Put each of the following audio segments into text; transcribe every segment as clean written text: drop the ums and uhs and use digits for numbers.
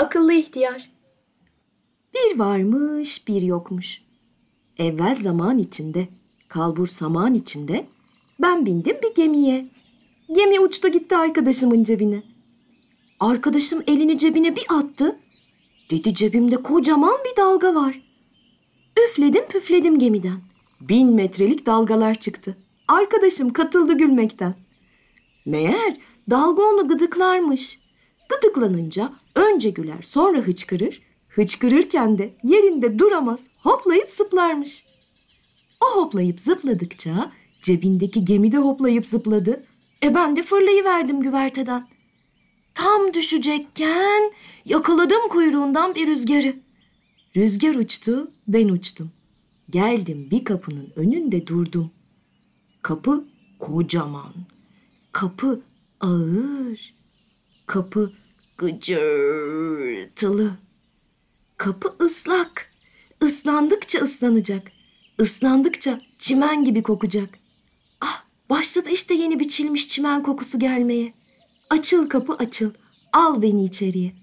Akıllı ihtiyar. Bir varmış, bir yokmuş. Evvel zaman içinde, kalbur saman içinde, ben bindim bir gemiye. Gemi uçtu gitti arkadaşımın cebine. Arkadaşım elini cebine bir attı. Dedi cebimde kocaman bir dalga var. Üfledim püfledim gemiden. 1000 metrelik dalgalar çıktı. Arkadaşım katıldı gülmekten. Meğer dalga onu gıdıklarmış. Gıdıklanınca önce güler sonra hıçkırır. Hıçkırırken de yerinde duramaz hoplayıp zıplarmış. O hoplayıp zıpladıkça cebindeki gemi de hoplayıp zıpladı. Ben de fırlayıverdim güverteden. Tam düşecekken yakaladım kuyruğundan bir rüzgarı. Rüzgar uçtu, ben uçtum. Geldim bir kapının önünde durdum. Kapı kocaman, kapı ağır, kapı gıcırtılı. Kapı ıslak, ıslandıkça ıslanacak, ıslandıkça çimen gibi kokacak. Ah, başladı işte yeni biçilmiş çimen kokusu gelmeye. Açıl kapı açıl, al beni içeriye.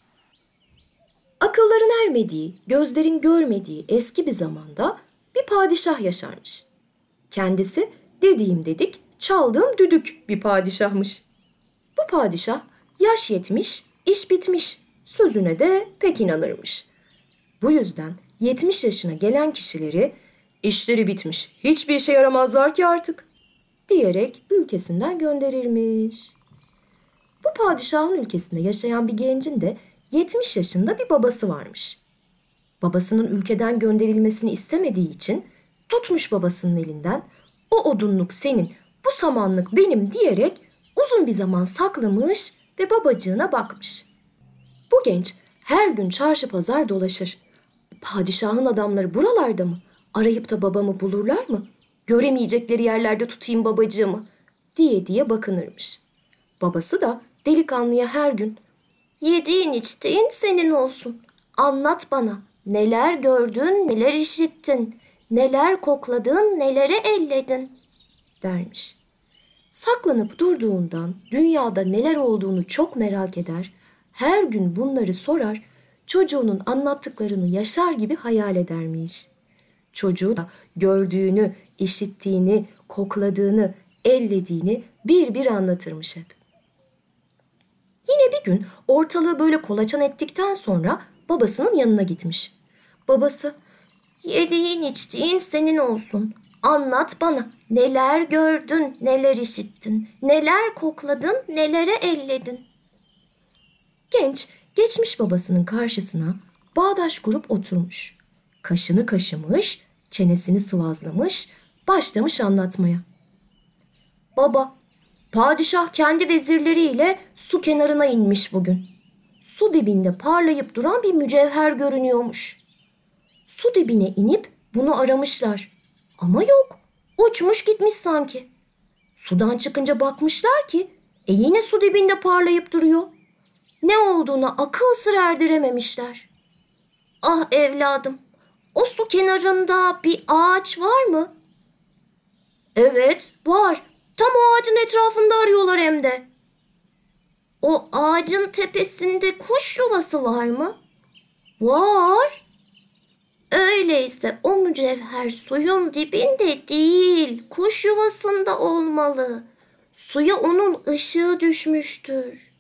Akılların ermediği, gözlerin görmediği eski bir zamanda bir padişah yaşarmış. Kendisi dediğim dedik, çaldığım düdük bir padişahmış. Bu padişah yaş yetmiş, iş bitmiş, sözüne de pek inanırmış. Bu yüzden 70 yaşına gelen kişileri işleri bitmiş, hiçbir işe yaramazlar ki artık diyerek ülkesinden gönderirmiş. Bu padişahın ülkesinde yaşayan bir gencin de 70 yaşında bir babası varmış. Babasının ülkeden gönderilmesini istemediği için tutmuş babasının elinden o odunluk senin, bu samanlık benim diyerek uzun bir zaman saklamış ve babacığına bakmış. Bu genç her gün çarşı pazar dolaşır. Padişahın adamları buralarda mı? Arayıp da babamı bulurlar mı? Göremeyecekleri yerlerde tutayım babacığımı diye bakınırmış. Babası da delikanlıya her gün yediğin içtiğin senin olsun. Anlat bana neler gördün, neler işittin, neler kokladın, nelere elledin dermiş. Saklanıp durduğundan dünyada neler olduğunu çok merak eder, her gün bunları sorar, çocuğunun anlattıklarını yaşar gibi hayal edermiş. Çocuğu da gördüğünü, işittiğini, kokladığını, ellediğini bir anlatırmış hep. Yine bir gün ortalığı böyle kolaçan ettikten sonra babasının yanına gitmiş. Babası, yediğin içtiğin senin olsun. Anlat bana neler gördün, neler işittin, neler kokladın, nelere elledin. Genç geçmiş babasının karşısına bağdaş kurup oturmuş. Kaşını kaşımış, çenesini sıvazlamış, başlamış anlatmaya. Baba, padişah kendi vezirleriyle su kenarına inmiş bugün. Su dibinde parlayıp duran bir mücevher görünüyormuş. Su dibine inip bunu aramışlar. Ama yok, uçmuş gitmiş sanki. Sudan çıkınca bakmışlar ki yine su dibinde parlayıp duruyor. Ne olduğuna akıl sır erdirememişler. Ah evladım, o su kenarında bir ağaç var mı? Evet, var. Tam o ağacın etrafında arıyorlar hem de. O ağacın tepesinde kuş yuvası var mı? Var. Öyleyse o mücevher suyun dibinde değil, kuş yuvasında olmalı. Suya onun ışığı düşmüştür.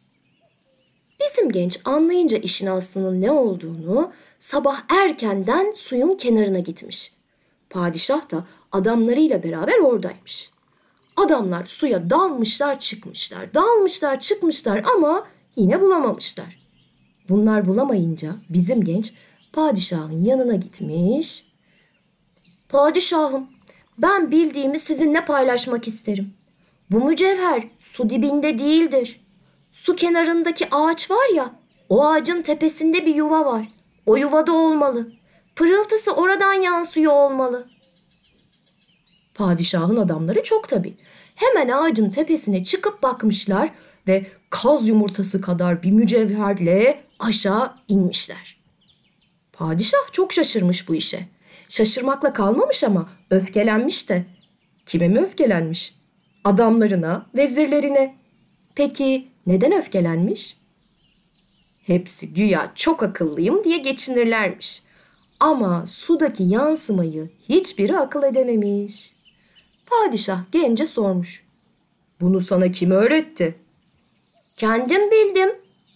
Bizim genç anlayınca işin aslının ne olduğunu sabah erkenden suyun kenarına gitmiş. Padişah da adamlarıyla beraber oradaymış. Adamlar suya dalmışlar çıkmışlar, dalmışlar çıkmışlar ama yine bulamamışlar. Bunlar bulamayınca bizim genç padişahın yanına gitmiş. Padişahım, ben bildiğimi sizinle paylaşmak isterim. Bu mücevher su dibinde değildir. Su kenarındaki ağaç var ya, o ağacın tepesinde bir yuva var. O yuvada olmalı. Pırıltısı oradan yansıyor olmalı. Padişahın adamları çok tabii. Hemen ağacın tepesine çıkıp bakmışlar ve kaz yumurtası kadar bir mücevherle aşağı inmişler. Padişah çok şaşırmış bu işe. Şaşırmakla kalmamış ama öfkelenmiş de. Kime mi öfkelenmiş? Adamlarına, vezirlerine. Peki neden öfkelenmiş? Hepsi güya çok akıllıyım diye geçinirlermiş. Ama sudaki yansımayı hiçbiri akıl edememiş. Padişah gence sormuş. Bunu sana kim öğretti? Kendim bildim.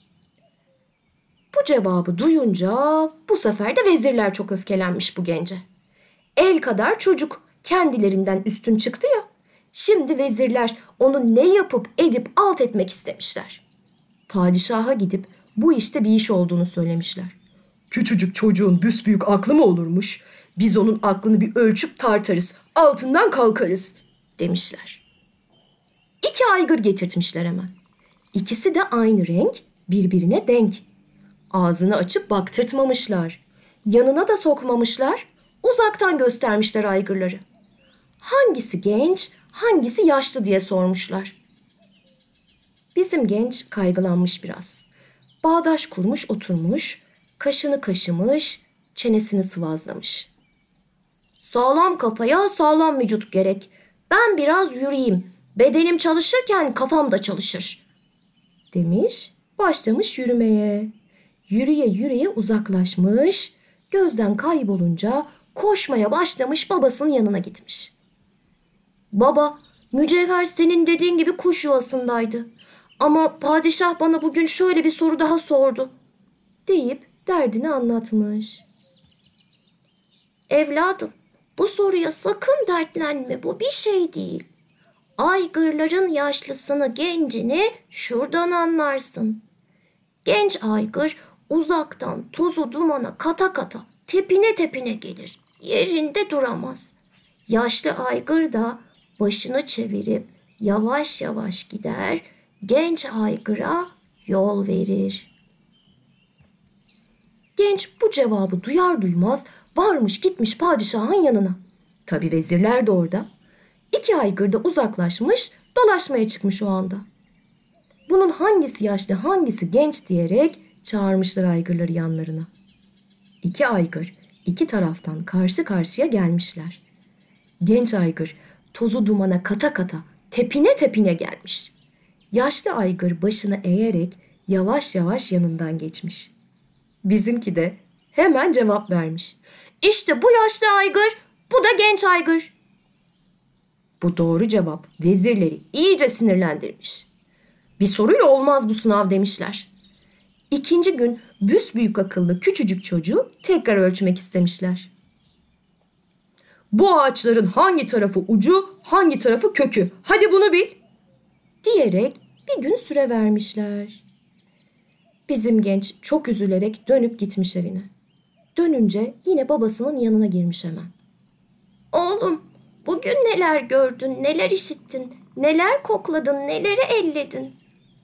Bu cevabı duyunca bu sefer de vezirler çok öfkelenmiş bu gence. El kadar çocuk kendilerinden üstün çıktı ya. Şimdi vezirler onu ne yapıp edip alt etmek istemişler. Padişaha gidip bu işte bir iş olduğunu söylemişler. Küçücük çocuğun büsbüyük aklı mı olurmuş? Biz onun aklını bir ölçüp tartarız, altından kalkarız demişler. 2 aygır getirtmişler hemen. İkisi de aynı renk, birbirine denk. Ağzını açıp baktırtmamışlar. Yanına da sokmamışlar, uzaktan göstermişler aygırları. Hangisi genç, hangisi yaşlı diye sormuşlar. Bizim genç kaygılanmış biraz. Bağdaş kurmuş oturmuş, kaşını kaşımış, çenesini sıvazlamış. Sağlam kafaya sağlam vücut gerek. Ben biraz yürüyeyim. Bedenim çalışırken kafam da çalışır demiş, başlamış yürümeye. Yürüye yürüye uzaklaşmış, gözden kaybolunca koşmaya başlamış babasının yanına gitmiş. Baba, mücevher senin dediğin gibi kuş yuvasındaydı. Ama padişah bana bugün şöyle bir soru daha sordu deyip derdini anlatmış. Evladım, bu soruya sakın dertlenme, bu bir şey değil. Aygırların yaşlısını, gencini şuradan anlarsın. Genç aygır uzaktan tozu dumana kata kata, tepine tepine gelir. Yerinde duramaz. Yaşlı aygır da başını çevirip yavaş yavaş gider, genç aygıra yol verir. Genç bu cevabı duyar duymaz varmış gitmiş padişahın yanına. Tabii vezirler de orada. 2 aygır da uzaklaşmış, dolaşmaya çıkmış o anda. Bunun hangisi yaşlı, hangisi genç diyerek çağırmışlar aygırları yanlarına. 2 aygır 2 taraftan karşı karşıya gelmişler. Genç aygır tozu dumana kata kata, tepine tepine gelmiş. Yaşlı aygır başını eğerek yavaş yavaş yanından geçmiş. Bizimki de hemen cevap vermiş. İşte bu yaşlı aygır, bu da genç aygır. Bu doğru cevap vezirleri iyice sinirlendirmiş. Bir soruyla olmaz bu sınav demişler. 2. gün büsbüyük akıllı küçücük çocuğu tekrar ölçmek istemişler. Bu ağaçların hangi tarafı ucu, hangi tarafı kökü? Hadi bunu bil. Diyerek bir gün süre vermişler. Bizim genç çok üzülerek dönüp gitmiş evine. Dönünce yine babasının yanına girmiş hemen. Oğlum, bugün neler gördün, neler işittin, neler kokladın, neleri elledin?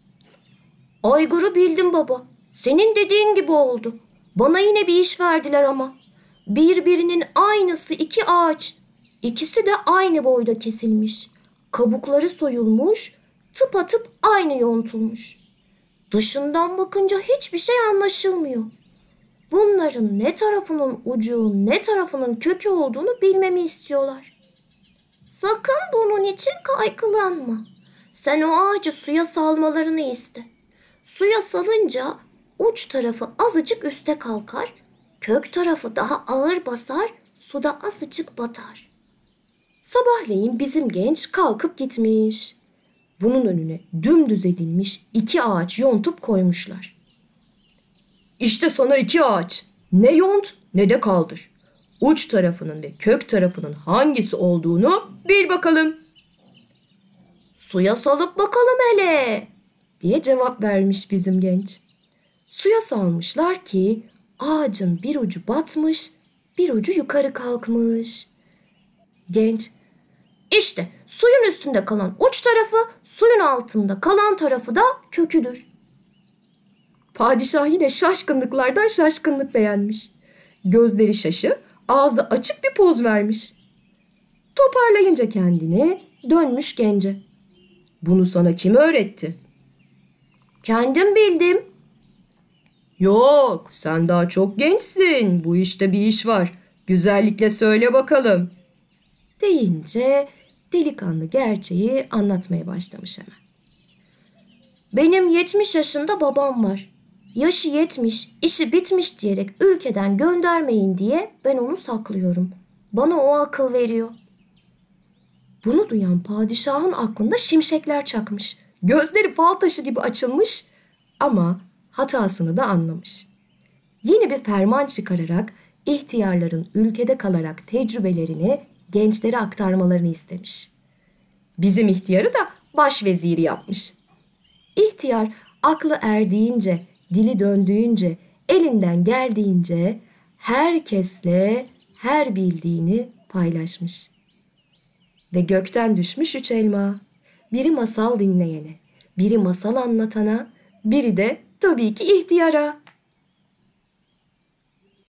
Aygır'ı bildim baba. Senin dediğin gibi oldu. Bana yine bir iş verdiler ama. Birbirinin aynısı 2 ağaç. İkisi de aynı boyda kesilmiş. Kabukları soyulmuş, tıpatıp aynı yontulmuş. Dışından bakınca hiçbir şey anlaşılmıyor. Bunların ne tarafının ucu, ne tarafının kökü olduğunu bilmemi istiyorlar. Sakın bunun için kaygılanma. Sen o ağacı suya salmalarını iste. Suya salınca uç tarafı azıcık üste kalkar, kök tarafı daha ağır basar, suda azıcık batar. Sabahleyin bizim genç kalkıp gitmiş. Bunun önüne dümdüz edilmiş 2 ağaç yontup koymuşlar. İşte sana 2 ağaç. Ne yont ne de kaldır. Uç tarafının ve kök tarafının hangisi olduğunu bil bakalım. Suya salıp bakalım hele diye cevap vermiş bizim genç. Suya salmışlar ki ağacın bir ucu batmış, bir ucu yukarı kalkmış. Genç, işte suyun üstünde kalan uç tarafı, suyun altında kalan tarafı da köküdür. Padişah yine şaşkınlıklardan şaşkınlık beğenmiş. Gözleri şaşı, ağzı açık bir poz vermiş. Toparlayınca kendini dönmüş gence. Bunu sana kim öğretti? Kendim bildim. Yok, sen daha çok gençsin. Bu işte bir iş var. Güzellikle söyle bakalım. Deyince delikanlı gerçeği anlatmaya başlamış hemen. Benim 70 yaşında babam var. Yaşı yetmiş, işi bitmiş diyerek ülkeden göndermeyin diye ben onu saklıyorum. Bana o akıl veriyor. Bunu duyan padişahın aklında şimşekler çakmış. Gözleri fal taşı gibi açılmış ama hatasını da anlamış. Yeni bir ferman çıkararak ihtiyarların ülkede kalarak tecrübelerini gençlere aktarmalarını istemiş. Bizim ihtiyarı da başveziri yapmış. İhtiyar aklı erdiğince, dili döndüğünce, elinden geldiğince herkesle her bildiğini paylaşmış. Ve gökten düşmüş 3 elma. Biri masal dinleyene, biri masal anlatana, biri de tabii ki ihtiyara.